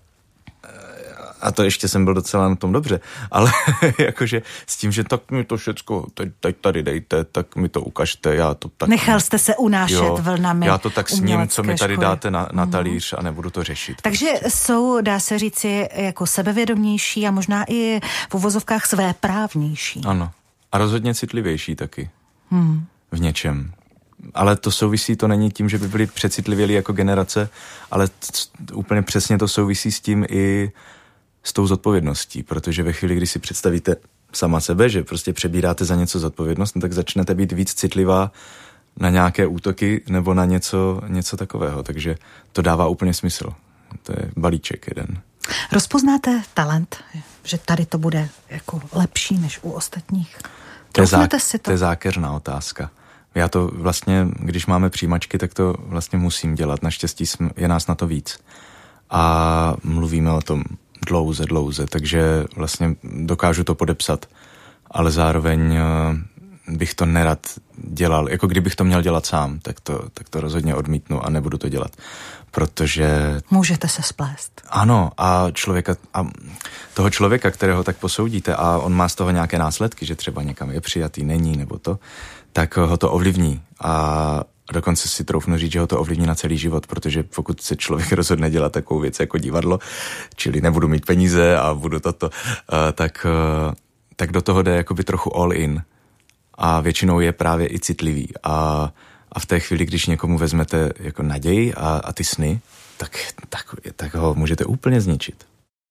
a to ještě jsem byl docela na tom dobře, ale jakože s tím, že tak mi to všecko teď, teď tady dejte, tak mi to ukažte, já to tak... Nechal jste se unášet jo, vlnami já to tak s ním, co mi tady školy. dáte na, na talíř a nebudu to řešit. Takže prostě. Jsou, dá se říci, jako sebevědomější a možná i v uvozovkách svéprávnější. Ano. A rozhodně citlivější taky. Hmm. V něčem. Ale to souvisí, to není tím, že by byli přecitlivělí jako generace, ale t- úplně přesně to souvisí s tím i s tou zodpovědností, protože ve chvíli, kdy si představíte sama sebe, že prostě přebíráte za něco zodpovědnost, no tak začnete být víc citlivá na nějaké útoky nebo na něco, něco takového, takže to dává úplně smysl. To je balíček jeden. Rozpoznáte talent, že tady to bude jako lepší než u ostatních? To je, zá- si to? to je zákeřná otázka. Já to vlastně, když máme přijímačky, tak to vlastně musím dělat. Naštěstí je nás na to víc. A mluvíme o tom dlouze, dlouze, takže vlastně dokážu to podepsat. Ale zároveň bych to nerad dělal. Jako kdybych to měl dělat sám, tak to, tak to rozhodně odmítnu a nebudu to dělat. Protože... Můžete se splést. Ano, a člověka, a toho člověka, kterého tak posoudíte a on má z toho nějaké následky, že třeba někam je přijatý, není, nebo to, tak ho to ovlivní. A dokonce si troufnu říct, že ho to ovlivní na celý život, protože pokud se člověk rozhodne dělat takovou věc jako divadlo, čili nebudu mít peníze a budu toto, tak, tak do toho jde jakoby trochu all in. A většinou je právě i citlivý. A, A v té chvíli, když někomu vezmete jako naději a, a ty sny, tak, tak, tak ho můžete úplně zničit.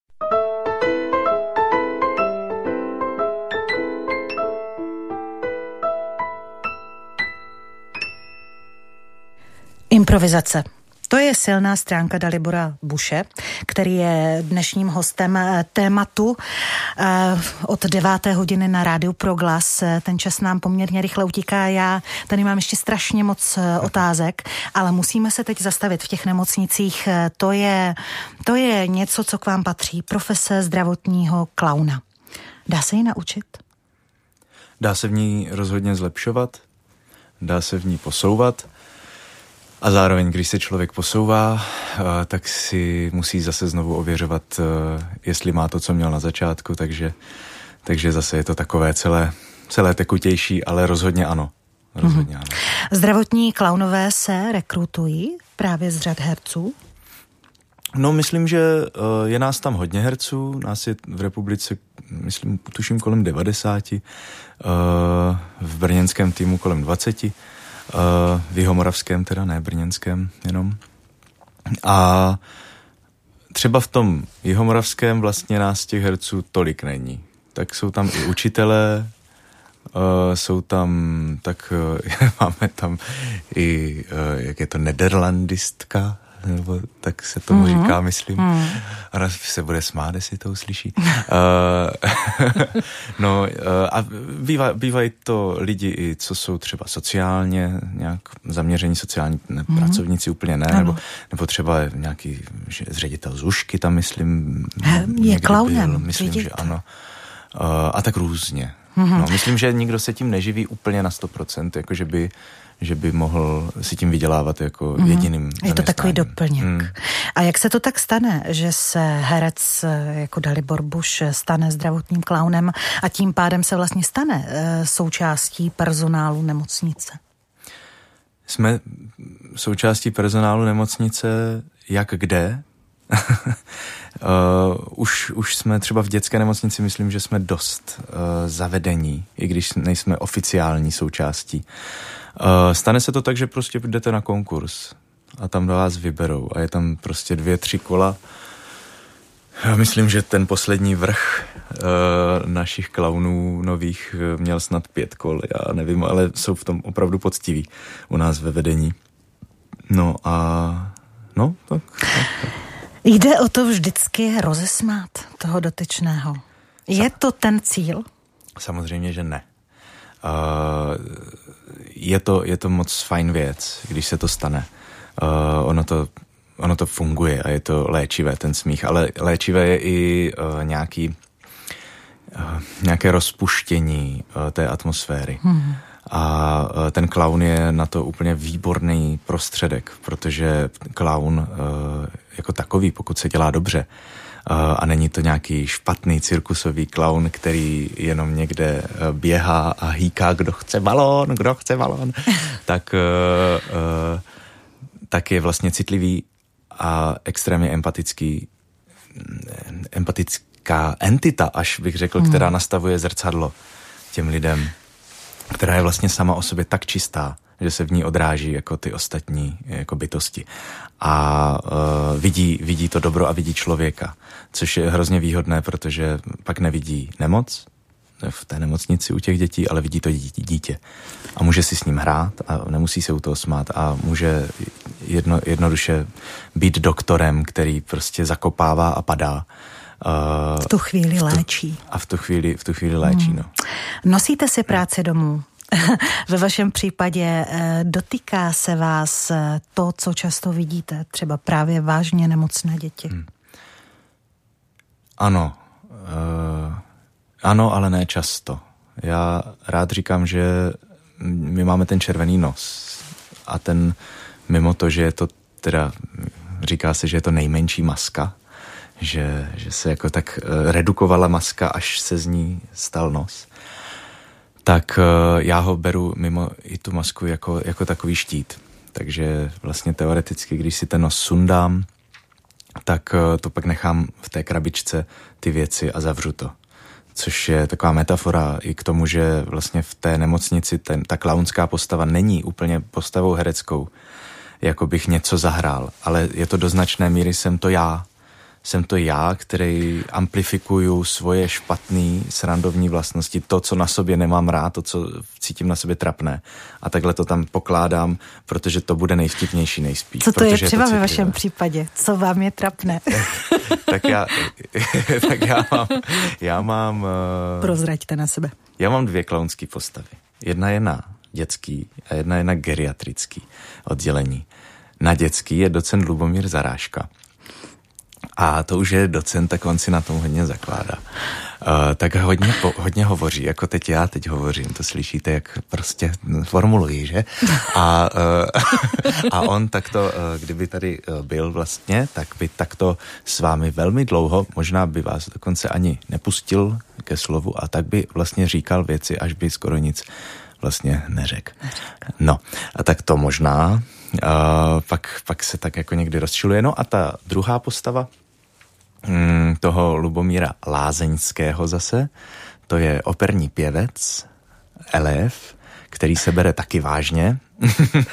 Improvizace. To je silná stránka Dalibora Buše, který je dnešním hostem tématu od deváté hodiny na rádiu Proglas. Ten čas nám poměrně rychle utíká. Já tady mám ještě strašně moc otázek, ale musíme se teď zastavit v těch nemocnicích. To je, to je něco, co k vám patří. Profese zdravotního klauna. Dá se ji naučit? Dá se v ní rozhodně zlepšovat, dá se v ní posouvat. A zároveň, když se člověk posouvá, tak si musí zase znovu ověřovat, jestli má to, co měl na začátku, takže, takže zase je to takové celé, celé tekutější, ale rozhodně ano. Rozhodně ano. Zdravotní klaunové se rekrutují právě z řad herců? No, myslím, že je nás tam hodně herců, nás je v republice, myslím, tuším kolem devadesáti, v brněnském týmu kolem dvaceti, v Jihomoravském, teda ne brněnském jenom. A třeba v tom Jihomoravském vlastně nás těch herců tolik není. Tak jsou tam i učitelé, uh, jsou tam, tak uh, máme tam i, uh, jak je to, nederlandistka, nebo tak se tomu mm-hmm. říká, myslím. Mm. Ona se bude smát, jestli to uslyší. uh, no uh, a býva, bývají to lidi i, co jsou třeba sociálně nějak zaměření, sociální ne, mm. pracovníci úplně ne, nebo, nebo třeba nějaký ředitel Zušky tam, myslím, je klaunem, byl, myslím, vidíte. Že ano. Uh, a tak různě. Mm-hmm. No, myslím, že nikdo se tím neživí úplně na sto procent, jako že by že by mohl si tím vydělávat jako mm. jediným. Je to takový doplněk. Mm. A jak se to tak stane, že se herec jako Dalibor Buš stane zdravotním klaunem a tím pádem se vlastně stane součástí personálu nemocnice? Jsme součástí personálu nemocnice jak kde? uh, už, už jsme třeba v dětské nemocnici, myslím, že jsme dost uh, zavedení, i když nejsme oficiální součástí. Uh, stane se to tak, že prostě jdete na konkurs a tam do vás vyberou a je tam prostě dvě, tři kola. Já myslím, že ten poslední vrch uh, našich klaunů nových měl snad pět kol, já nevím, ale jsou v tom opravdu poctiví u nás ve vedení. No a no, tak, tak, tak. Jde o to vždycky rozesmát toho dotyčného. Je to ten cíl? Samozřejmě, že ne. Uh, je to, je to moc fajn věc, když se to stane. Uh, ono to, ono to funguje a je to léčivé, ten smích, ale léčivé je i uh, nějaký, uh, nějaké rozpuštění uh, té atmosféry. Hmm. A uh, ten klaun je na to úplně výborný prostředek, protože klaun uh, jako takový, pokud se dělá dobře, a není to nějaký špatný cirkusový klaun, který jenom někde běhá a hýká, kdo chce balón, kdo chce balón, tak, tak je vlastně citlivý a extrémně empatický, empatická entita, až bych řekl, hmm. která nastavuje zrcadlo těm lidem, která je vlastně sama o sobě tak čistá, že se v ní odráží jako ty ostatní jako bytosti. A uh, vidí, vidí to dobro a vidí člověka, což je hrozně výhodné, protože pak nevidí nemoc v té nemocnici u těch dětí, ale vidí to dítě. A může si s ním hrát a nemusí se u toho smát a může jedno, jednoduše být doktorem, který prostě zakopává a padá. Uh, v tu chvíli v tu, léčí. A v tu chvíli, v tu chvíli léčí, hmm. no. Nosíte si práci domů? Ve vašem případě dotýká se vás to, co často vidíte, třeba právě vážně nemocné děti? Hmm. Ano. Uh, ano, ale ne často. Já rád říkám, že my máme ten červený nos a ten, mimo to, že je to teda, říká se, že je to nejmenší maska, že, že se jako tak redukovala maska, až se z ní stal nos, tak já ho beru mimo i tu masku jako, jako takový štít. Takže vlastně teoreticky, když si ten nos sundám, tak to pak nechám v té krabičce ty věci a zavřu to. což je taková metafora i k tomu, že vlastně v té nemocnici ten, ta klaunská postava není úplně postavou hereckou, jako bych něco zahrál, ale je to do značné míry, jsem to já. Jsem to já, který amplifikuju svoje špatné srandovní vlastnosti, to, co na sobě nemám rád, to, co cítím na sobě trapné. A takhle to tam pokládám, protože to bude nejvtipnější nejspíš. Co to je třeba ve vašem případě? Co vám je trapné? tak já, tak já mám... Já mám Prozraďte na sebe. Já mám dvě klaunské postavy. Jedna je na dětský a jedna je na geriatrický oddělení. Na dětský je docent Lubomír Zarážka. A to už je docent, tak on si na tom hodně zakládá. Uh, tak hodně, po, hodně hovoří, jako teď já teď hovořím, to slyšíte, jak prostě formuluji, že? A, uh, a on takto, uh, kdyby tady uh, byl vlastně, tak by takto s vámi velmi dlouho, možná by vás dokonce ani nepustil ke slovu a tak by vlastně říkal věci, až by skoro nic vlastně neřekl. No, a tak to možná... Uh, pak, pak se tak jako někdy rozčiluje. No a ta druhá postava mm, toho Lubomíra Lázeňského zase, to je operní pěvec, elév, který se bere taky vážně uh,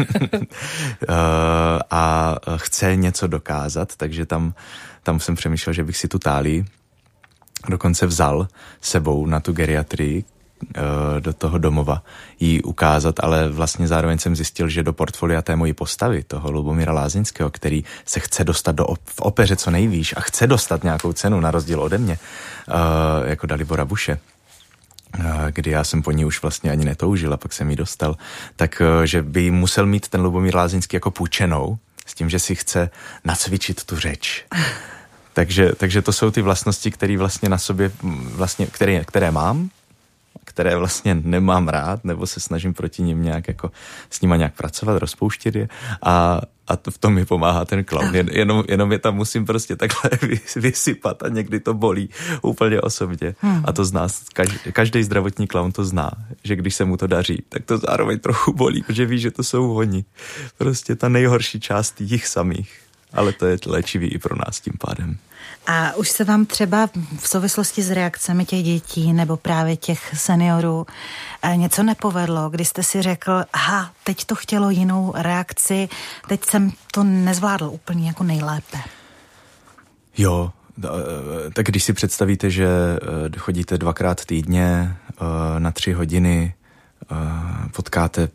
a chce něco dokázat, takže tam, tam jsem přemýšlel, že bych si tu Tálii dokonce vzal sebou na tu geriatrii, do toho domova jí ukázat, ale vlastně zároveň jsem zjistil, že do portfolia té mojí postavy, toho Lubomíra Lázeňského, který se chce dostat do op- v opeře co nejvýš a chce dostat nějakou cenu na rozdíl ode mě, uh, jako Dalibora Buše, uh, kdy já jsem po ní už vlastně ani netoužil a pak jsem ji dostal, tak uh, že by musel mít ten Lubomír Lázeňský jako půjčenou s tím, že si chce nacvičit tu řeč. takže, takže to jsou ty vlastnosti, které vlastně na sobě, vlastně, které, které mám, které vlastně nemám rád, nebo se snažím proti nim nějak jako s nima nějak pracovat, rozpouštět je a, a to v tom mi pomáhá ten klaun. Jen, jenom, jenom je tam musím prostě takhle vysypat a někdy to bolí úplně osobně. Hmm. A to zná, každý, každý zdravotní klaun to zná, že když se mu to daří, tak to zároveň trochu bolí, protože ví, že to jsou oni. Prostě ta nejhorší část jich samých. Ale to je léčivý i pro nás tím pádem. A už se vám třeba v souvislosti s reakcemi těch dětí nebo právě těch seniorů něco nepovedlo, kdy jste si řekl, aha, teď to chtělo jinou reakci, teď jsem to nezvládl úplně jako nejlépe. Jo, tak když si představíte, že chodíte dvakrát týdně na tři hodiny, potkáte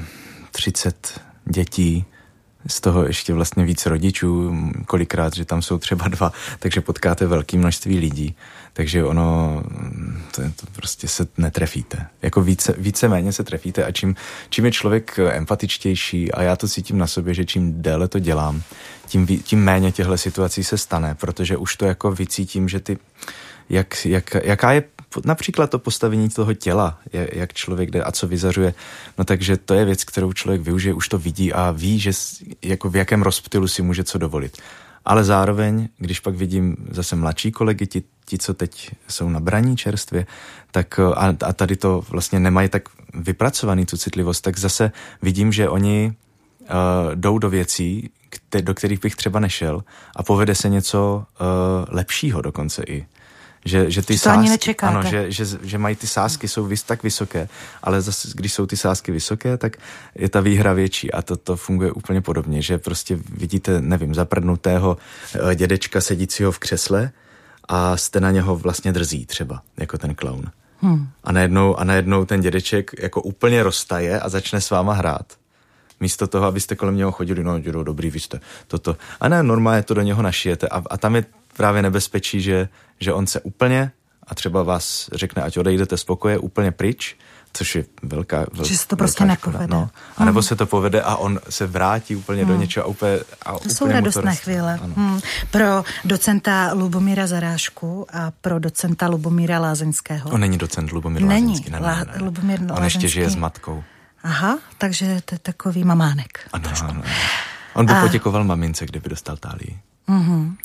třicet dětí, z toho ještě vlastně víc rodičů, kolikrát, že tam jsou třeba dva, takže potkáte velké množství lidí, takže ono, to, to prostě se netrefíte. Jako více, víceméně se trefíte a čím, čím je člověk empatičtější a já to cítím na sobě, že čím déle to dělám, tím, tím méně těchto situací se stane, protože už to jako vycítím, že ty, jak, jak, jaká je například to postavení toho těla, jak člověk jde a co vyzařuje, no takže to je věc, kterou člověk využije, už to vidí a ví, že jako v jakém rozptylu si může co dovolit. Ale zároveň, když pak vidím zase mladší kolegy, ti, ti co teď jsou na braní čerstvě, tak a, a tady to vlastně nemají tak vypracovaný tu citlivost, tak zase vidím, že oni uh, jdou do věcí, kte, do kterých bych třeba nešel a povede se něco uh, lepšího dokonce i. Že, že ty to sázky, ani nečekáte. Ano, že, že, že mají ty sázky, jsou vys, tak vysoké, ale zase, když jsou ty sázky vysoké, tak je ta výhra větší a to, to funguje úplně podobně, že prostě vidíte, nevím, zaprdnutého dědečka sedícího v křesle a jste na něho vlastně drzí třeba, jako ten klaun. Hmm. A najednou, a najednou ten dědeček jako úplně roztaje a začne s váma hrát. Místo toho, abyste kolem něho chodili, no dědo, dobrý, vy jste toto. A ne, normálně to do něho našijete a, a tam je právě nebezpečí, že, že on se úplně, a třeba vás řekne, ať odejdete z pokoje, úplně pryč, což je velká, velká že se to prostě nepovede. No. A nebo se to povede a on se vrátí úplně hmm. do něčeho a úplně... A to úplně jsou radostné chvíle. Hmm. Pro docenta Lubomíra Zarážku a pro docenta Lubomíra Lázeňského. On není docent Lubomír není. Lázeňský. Ne, Lá, ne, ne. Lubomír on Lázeňský. ještě žije s matkou. Aha, takže to je takový mamánek. Ano, ano. On by a... poděkoval mamince, kdyby dostal Tálii. Mhm.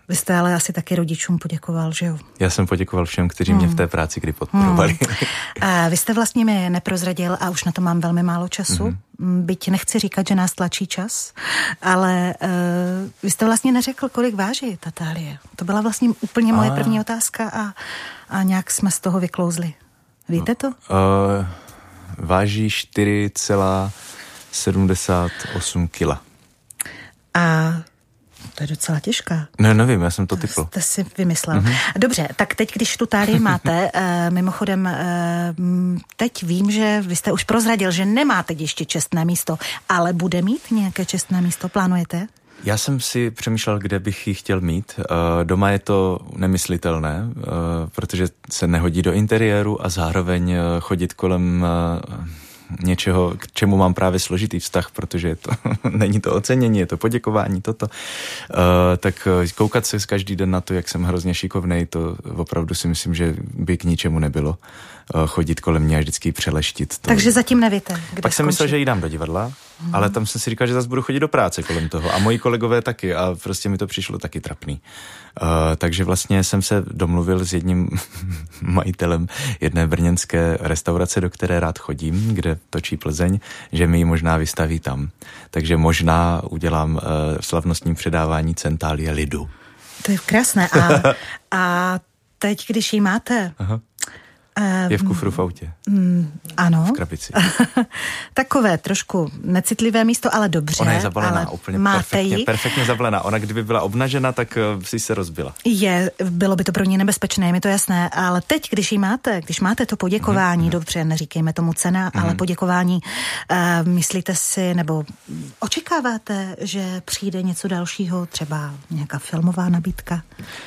Vy jste ale asi taky rodičům poděkoval, že jo? Já jsem poděkoval všem, kteří mě hmm. v té práci kdy podporovali. Hmm. A vy jste vlastně mi neprozradil, a už na to mám velmi málo času, hmm. byť nechci říkat, že nás tlačí čas, ale uh, vy jste vlastně neřekl, kolik váží ta talie. To byla vlastně úplně moje a... první otázka a, a nějak jsme z toho vyklouzli. Víte to? Uh, váží čtyři celá sedmdesát osm kila. A to je docela těžká. Ne, nevím, já jsem to typl. Jste si vymyslel. Mm-hmm. Dobře, tak teď, když tu tálii máte, uh, mimochodem, uh, teď vím, že vy jste už prozradil, že nemáte ještě čestné místo, ale bude mít nějaké čestné místo, plánujete? Já jsem si přemýšlel, kde bych ji chtěl mít. Uh, doma je to nemyslitelné, uh, protože se nehodí do interiéru a zároveň uh, chodit kolem... Uh, něčeho, k čemu mám právě složitý vztah, protože to není to ocenění, je to poděkování, toto. Uh, tak koukat se každý den na to, jak jsem hrozně šikovnej, to opravdu si myslím, že by k ničemu nebylo. Uh, chodit kolem mě a vždycky přeleštit. To. Takže zatím nevíte, kde Pak skončí. jsem myslel, že jí dám do divadla, hmm. ale tam jsem si říkal, že zase budu chodit do práce kolem toho. A moji kolegové taky a prostě mi to přišlo taky trapný. Uh, takže vlastně jsem se domluvil s jedním majitelem jedné brněnské restaurace, do které rád chodím, kde točí Plzeň, že mi ji možná vystaví tam. Takže možná udělám uh, slavnostní předávání cen Talie lidu. To je krásné. A, a teď, když ji máte... Aha. Je v kufru v autě. Mm, ano. V krabici. Takové trošku necitlivé místo, ale dobře. Ona je zabalená, úplně perfektně, ji? perfektně zabalená. Ona kdyby byla obnažena, tak uh, si se rozbila. Je, bylo by to pro ní nebezpečné, je mi to jasné, ale teď, když ji máte, když máte to poděkování, mm-hmm. dobře, neříkejme tomu cena, mm-hmm. ale poděkování, uh, myslíte si, nebo očekáváte, že přijde něco dalšího, třeba nějaká filmová nabídka?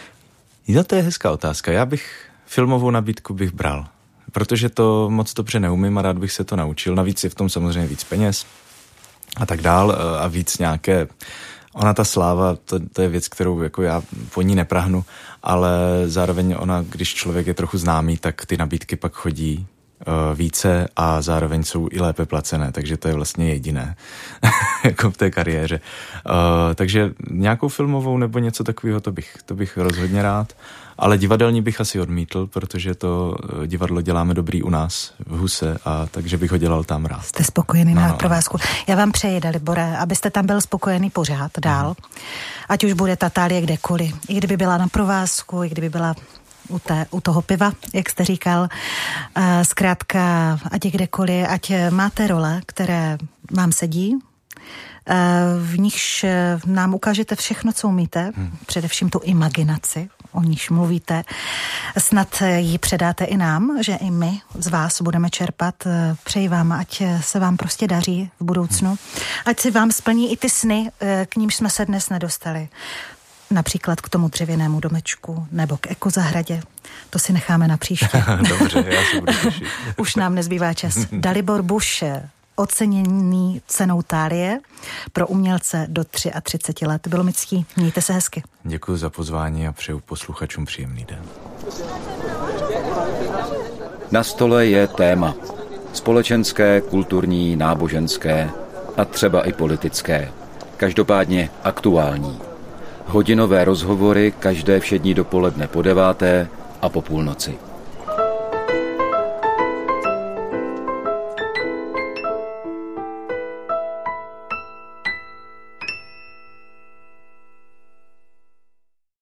No, to je hezká otázka. Já bych filmovou nabídku bych bral, protože to moc dobře neumím a rád bych se to naučil. Navíc je v tom samozřejmě víc peněz a tak dál a víc nějaké... Ona ta sláva, to, to je věc, kterou jako já po ní neprahnu, ale zároveň ona, když člověk je trochu známý, tak ty nabídky pak chodí uh, více a zároveň jsou i lépe placené, takže to je vlastně jediné jako v té kariéře. Uh, takže nějakou filmovou nebo něco takového, to bych, to bych rozhodně rád. Ale divadelní bych asi odmítl, protože to divadlo děláme dobrý u nás v Huse, a takže bych ho dělal tam rád. Jste spokojený no, na provázku. Já vám přeji, Dalibore, abyste tam byl spokojený pořád dál. Mm. Ať už bude ta Talie kdekoliv. I kdyby byla na provázku, i kdyby byla u, té, u toho piva, jak jste říkal. Zkrátka, ať je kdekoliv, ať máte role, které vám sedí, v nichž nám ukážete všechno, co umíte, hmm. především tu imaginaci, o níž mluvíte. Snad ji předáte i nám, že i my z vás budeme čerpat. Přeji vám, ať se vám prostě daří v budoucnu. Ať si vám splní i ty sny, k nímž jsme se dnes nedostali. Například k tomu dřevěnému domečku nebo k ekozahradě. To si necháme na příště. Dobře, já se budu těšit. Už nám nezbývá čas. Dalibor Buš, oceněný cenou Talie pro umělce do třiceti tří let. Bylo mi ctí. Mějte se hezky. Děkuji za pozvání a přeju posluchačům příjemný den. Na stole je téma. Společenské, kulturní, náboženské a třeba i politické. Každopádně aktuální. Hodinové rozhovory každé všední dopoledne po deváté a po půlnoci.